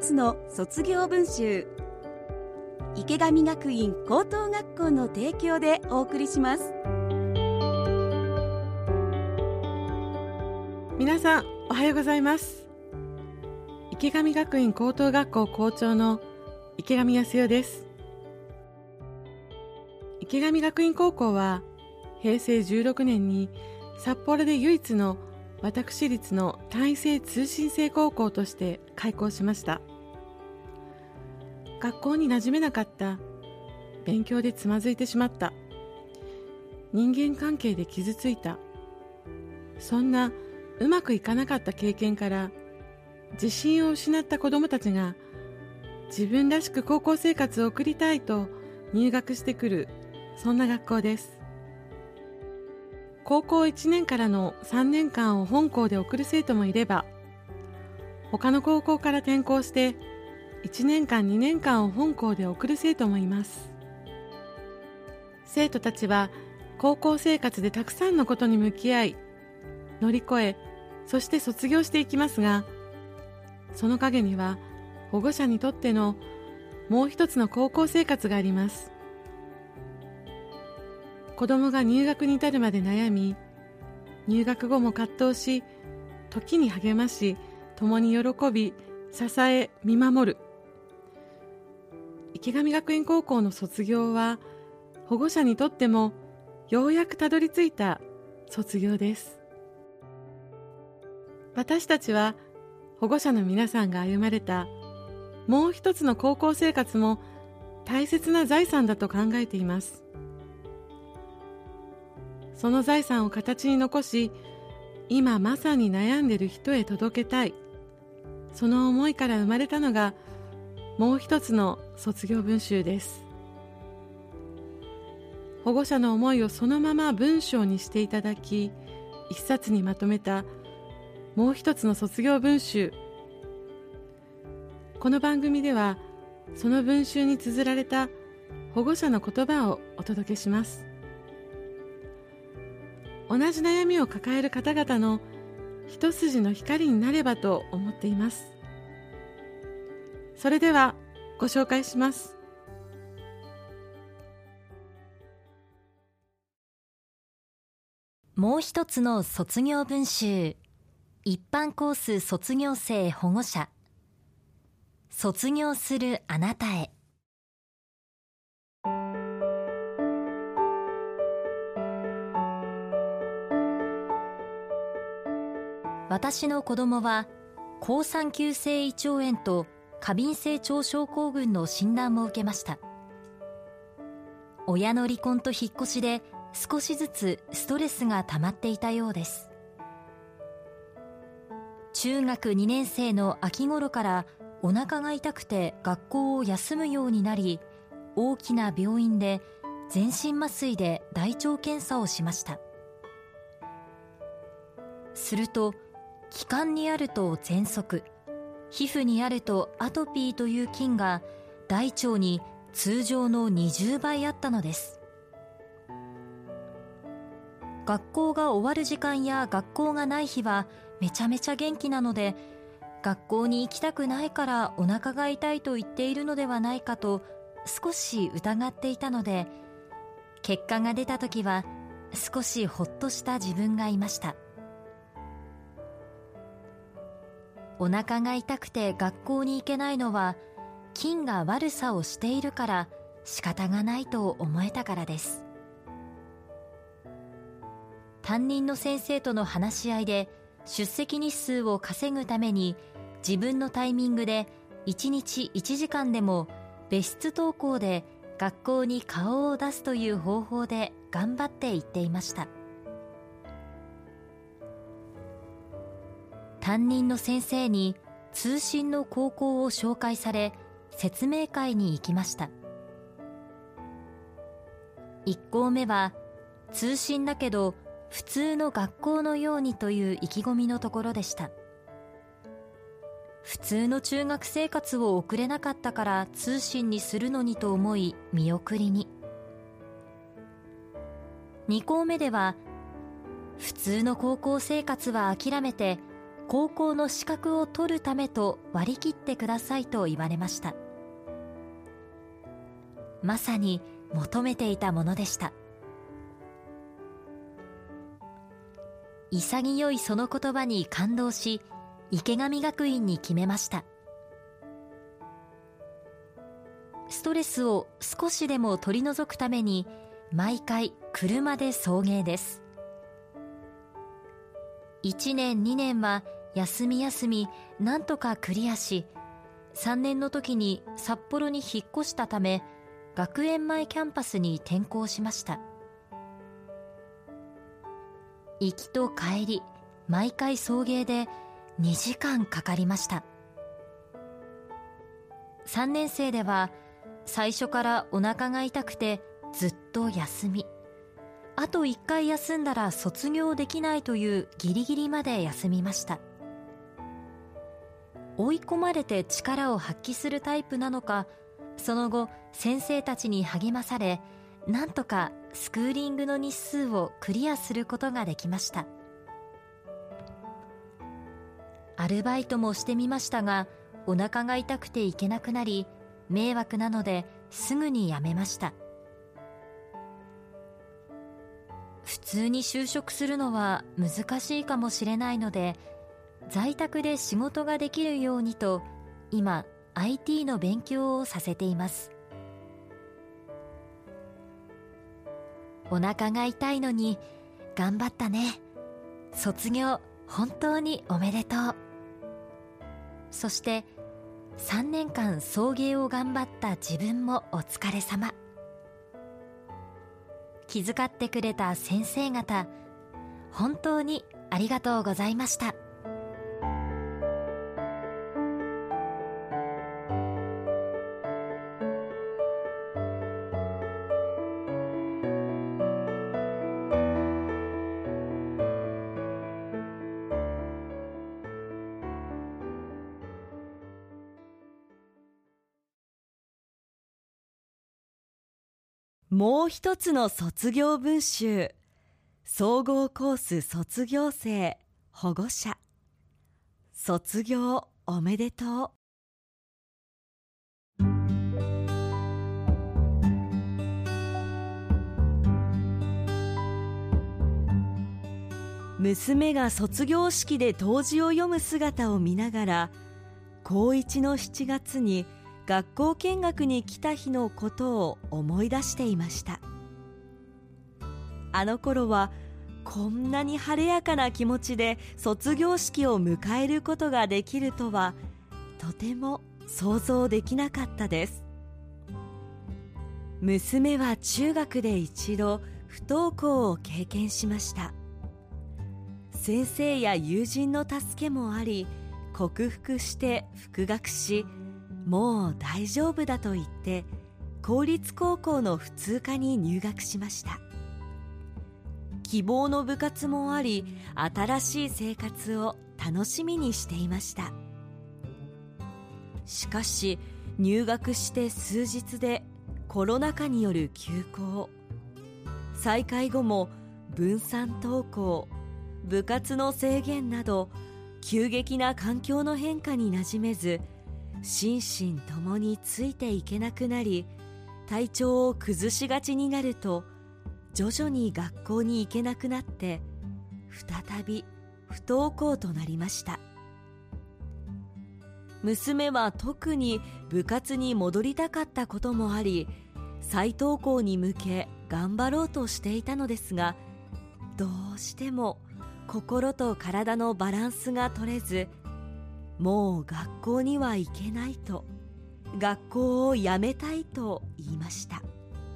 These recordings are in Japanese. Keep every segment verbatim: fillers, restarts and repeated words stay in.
つの卒業文集、池上学院高等学校の提供でお送りします。 皆さんおはようございます。池上学院高等学校校長の池上康代です。池上学院高校はへいせいじゅうろくねんに札幌で唯一の私立の単位制通信制高校として開校しました。学校に馴染めなかった、勉強でつまずいてしまった、人間関係で傷ついた、そんなうまくいかなかった経験から自信を失った子どもたちが自分らしく高校生活を送りたいと入学してくる、そんな学校です。高校いちねんからのさんねんかんを本校で送る生徒もいれば、他の高校から転校していちねんかんにねんかんを本校で送る生徒もいます。生徒たちは高校生活でたくさんのことに向き合い、乗り越え、そして卒業していきますが、その陰には保護者にとってのもう一つの高校生活があります。子供が入学に至るまで悩み、入学後も葛藤し、時に励まし、共に喜び、支え、見守る。池上学院高校の卒業は、保護者にとってもようやくたどり着いた卒業です。私たちは保護者の皆さんが歩まれたもう一つの高校生活も大切な財産だと考えています。その財産を形に残し、今まさに悩んでいる人へ届けたい、その思いから生まれたのがもう一つの卒業文集です。保護者の思いをそのまま文章にしていただき、一冊にまとめたもう一つの卒業文集。この番組ではその文集に綴られた保護者の言葉をお届けします。同じ悩みを抱える方々の一筋の光になればと思っています。それではご紹介します。 もう一つの卒業文集、一般コース卒業生保護者、卒業するあなたへ。私の子供は好酸球性胃腸炎と過敏性腸症候群の診断を受けました。親の離婚と引っ越しで少しずつストレスが溜まっていたようです。中学にねん生の秋頃からお腹が痛くて学校を休むようになり、大きな病院で全身麻酔で大腸検査をしました。すると気管にあると喘息、皮膚にあるとアトピーという菌が大腸に通常のにじゅうばいあったのです。学校が終わる時間や学校がない日はめちゃめちゃ元気なので、学校に行きたくないからお腹が痛いと言っているのではないかと少し疑っていたので、結果が出た時は少しほっとした自分がいました。お腹が痛くて学校に行けないのは菌が悪さをしているから仕方がないと思えたからです。担任の先生との話し合いで出席日数を稼ぐために自分のタイミングでいちにちいちじかんでも別室登校で学校に顔を出すという方法で頑張って行っていました。担任の先生に通信の高校を紹介され、説明会に行きました。いっ校目は通信だけど普通の学校のようにという意気込みのところでした。普通の中学生活を送れなかったから通信にするのにと思い見送りに。に校目では普通の高校生活は諦めて高校の資格を取るためと割り切ってくださいと言われました。まさに求めていたものでした。潔いその言葉に感動し、池上学院に決めました。ストレスを少しでも取り除くために、毎回車で送迎です。いちねんにねんは休み休みなんとかクリアし、さんねんの時に札幌に引っ越したため、学園前キャンパスに転校しました。行きと帰り毎回送迎でにじかんかかりました。さんねん生では最初からお腹が痛くてずっと休み、あといっかい休んだら卒業できないというギリギリまで休みました。追い込まれて力を発揮するタイプなのか、その後先生たちに励まされ、なんとかスクーリングの日数をクリアすることができました。アルバイトもしてみましたが、お腹が痛くて行けなくなり、迷惑なのですぐに辞めました。普通に就職するのは難しいかもしれないので、在宅で仕事ができるようにと、今 アイティー の勉強をさせています。お腹が痛いのに頑張ったね、卒業本当におめでとう。そしてさんねんかん送迎を頑張った自分もお疲れ様。気遣ってくれた先生方、本当にありがとうございました。 もう一つの卒業文集、総合コース卒業生保護者、卒業おめでとう。娘が卒業式で答辞を読む姿を見ながら、高いちのしちがつに学校見学に来た日のことを思い出していました。あの頃はこんなに晴れやかな気持ちで卒業式を迎えることができるとはとても想像できなかったです。娘は中学で一度不登校を経験しました。先生や友人の助けもあり、克服して復学し、もう大丈夫だと言って公立高校の普通科に入学しました。希望の部活もあり、新しい生活を楽しみにしていました。しかし入学して数日でコロナ禍による休校、再開後も分散登校、部活の制限など急激な環境の変化に馴染めず、心身ともについていけなくなり、体調を崩しがちになると徐々に学校に行けなくなって、再び不登校となりました。娘は特に部活に戻りたかったこともあり、再登校に向け頑張ろうとしていたのですが、どうしても心と体のバランスが取れず、もう学校には行けないと、学校を辞めたいと言いました。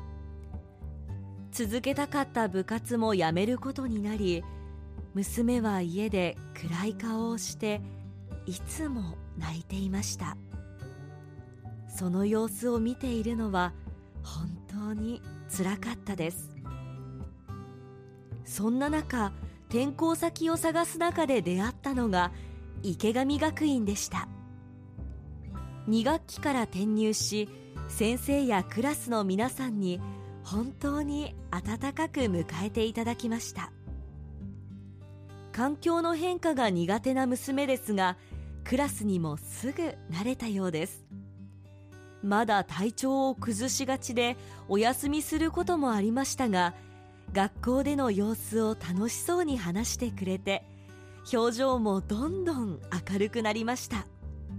続けたかった部活も辞めることになり、娘は家で暗い顔をしていつも泣いていました。その様子を見ているのは本当につらかったです。そんな中、転校先を探す中で出会ったのが池上学院でした。に学期から転入し、先生やクラスの皆さんに本当に温かく迎えていただきました。 環境の変化が苦手な娘ですが、クラスにもすぐ慣れたようです。まだ体調を崩しがちでお休みすることもありましたが、学校での様子を楽しそうに話してくれて、表情もどんどん明るくなりました。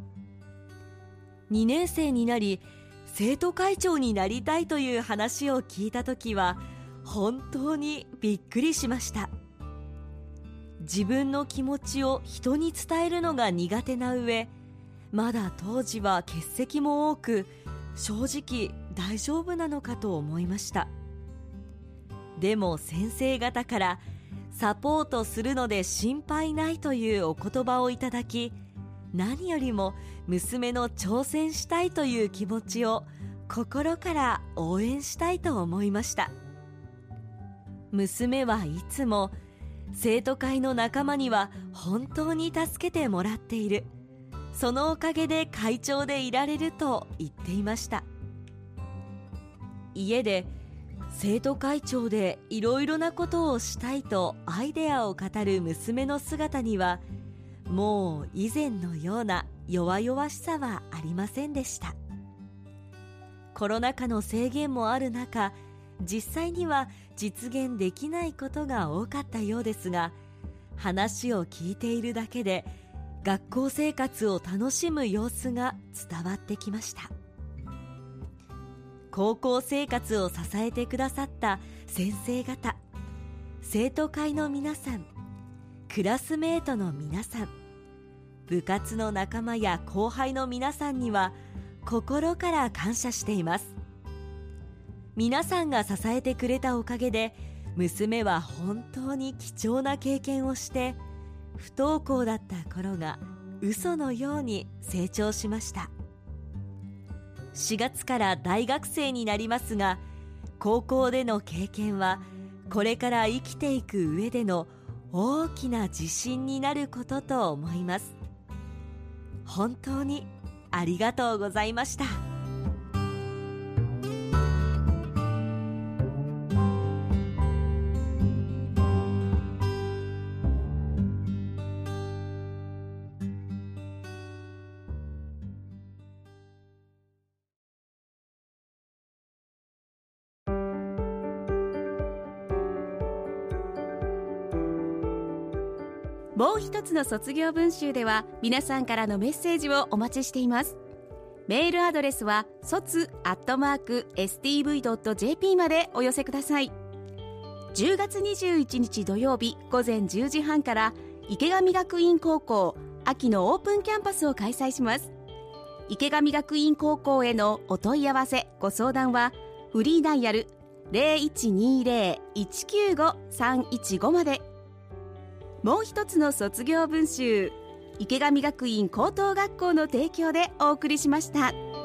にねん生になり、生徒会長になりたいという話を聞いたときは、本当にびっくりしました。自分の気持ちを人に伝えるのが苦手な上、まだ当時は欠席も多く、正直大丈夫なのかと思いました。でも先生方からサポートするので心配ないというお言葉をいただき、何よりも娘の挑戦したいという気持ちを心から応援したいと思いました。娘はいつも生徒会の仲間には本当に助けてもらっている、そのおかげで会長でいられると言っていました。家で生徒会長でいろいろなことをしたいとアイデアを語る娘の姿には、もう以前のような弱々しさはありませんでした。コロナ禍の制限もある中、実際には実現できないことが多かったようですが、話を聞いているだけで学校生活を楽しむ様子が伝わってきました。高校生活を支えてくださった先生方、生徒会の皆さん、クラスメートの皆さん、部活の仲間や後輩の皆さんには心から感謝しています。皆さんが支えてくれたおかげで、娘は本当に貴重な経験をして、不登校だった頃が嘘のように成長しました。しがつから大学生になりますが、高校での経験はこれから生きていく上での大きな自信になることと思います。本当にありがとうございました。 もう一つの卒業文集では皆さんからのメッセージをお待ちしています。メールアドレスは卒アットマーク エスティーブイドットジェーピー までお寄せください。じゅうがつにじゅういちにち土曜日午前じゅうじはんから池上学院高校秋のオープンキャンパスを開催します。池上学院高校へのお問い合わせご相談はフリーダイヤル ゼロいちにゼロ いちきゅうご さんいちご まで。もう一つの卒業文集、池上学院高等学校の提供でお送りしました。